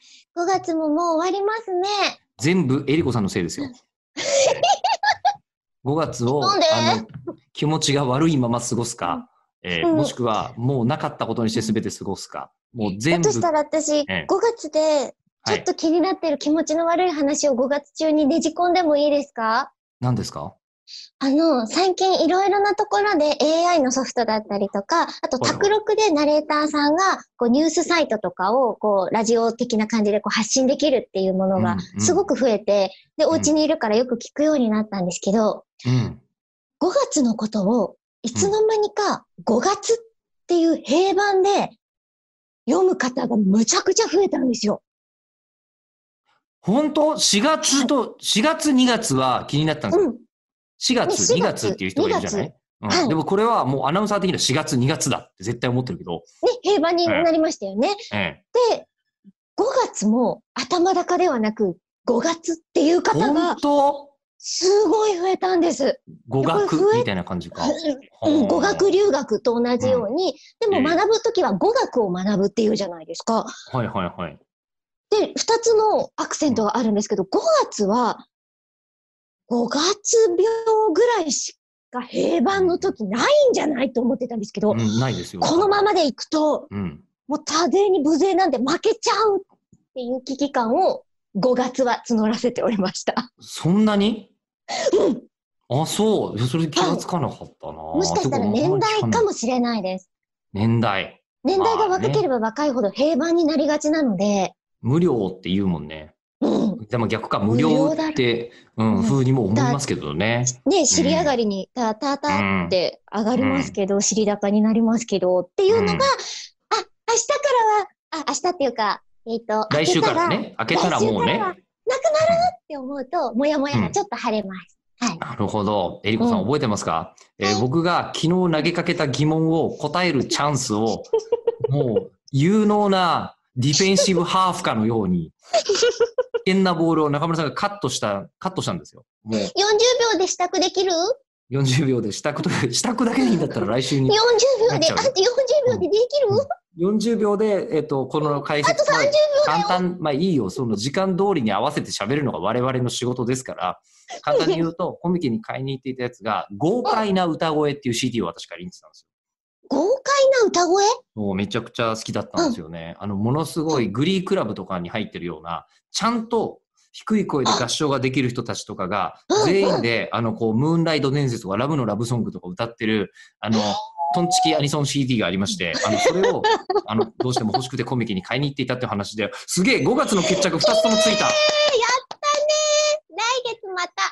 5月ももう終わりますね。 全部えりこさんのせいですよ。5月を気持ちが悪いまま過ごすか、もしくはもうなかったことにして全て過ごすか、もう全部。 だとしたら私、5月でちょっと気になってる気持ちの悪い話を5月中にねじ込んでもいいですか？ 何ですか？ 最近いろいろなところで AI のソフトだったりとか、あと卓録でナレーターさんがこうニュースサイトとかをこうラジオ的な感じでこう発信できるっていうものがすごく増えて、で、お家にいるからよく聞くようになったんですけど、5月のことをいつの間にか5月っていう平板で読む方がむちゃくちゃ増えたんですよ。 本当？4月と、4月2月は気になったんですよ。4月、2月っていう人がいるじゃない？でもこれはもうアナウンサー的には4月、2月だって絶対思ってるけど。 ね、平板になりましたよね。で、5月も頭高ではなく5月っていう方がすごい増えたんです。 語学みたいな感じか。 語学留学と同じように、でも学ぶときは語学を学ぶっていうじゃないですか。 はいはいはい。 で、2つのアクセントがあるんですけど、5月は5月病ぐらいしか平板の時ないんじゃないと思ってたんですけど、 ないですよ。 このままでいくと、もう多勢に無勢なんで負けちゃうっていう危機感を5月は募らせておりました。 そんなに？あ、そう。それ気がつかなかったな。 もしかしたら年代かもしれないです。 年代が若ければ若いほど平板になりがちなので。 無料って言うもんね。でも逆か、無料って、風にも思いますけどね。 ね、尻上がりに、たって上がりますけど、尻高になりますけど、っていうのが、明日からは、明日っていうか、 来週からね、明けたらもうね。なくなるって思うと、もやもやがちょっと晴れます。 なるほど。えりこさん覚えてますか？僕が昨日投げかけた疑問を答えるチャンスを、もう有能なディフェンシブハーフかのように、危険なボールを中村さんがカットしたんですよ。もう 40秒で支度できる ？40秒で支度だけでいいんだったら来週に。 40秒で、40秒でできる ？40秒で、この解説。 あと30秒だよ。 簡単、まあいいよ。その時間通りに合わせて喋るのが我々の仕事ですから、簡単に言うと、コミケに買いに行っていたやつが、豪快な歌声っていう CD を私から言ってたんですよ。 豪快な歌声？ もうめちゃくちゃ好きだったんですよね。ものすごいグリークラブとかに入ってるような、ちゃんと低い声で合唱ができる人たちとかが、全員で、こう、ムーンライト伝説とかラブのラブソングとか歌ってる、トンチキアニソン CD がありまして、それを、どうしても欲しくてコミケに買いに行っていたっていう話で、すげえ5月の決着2つともついた。 やったねー。来月また。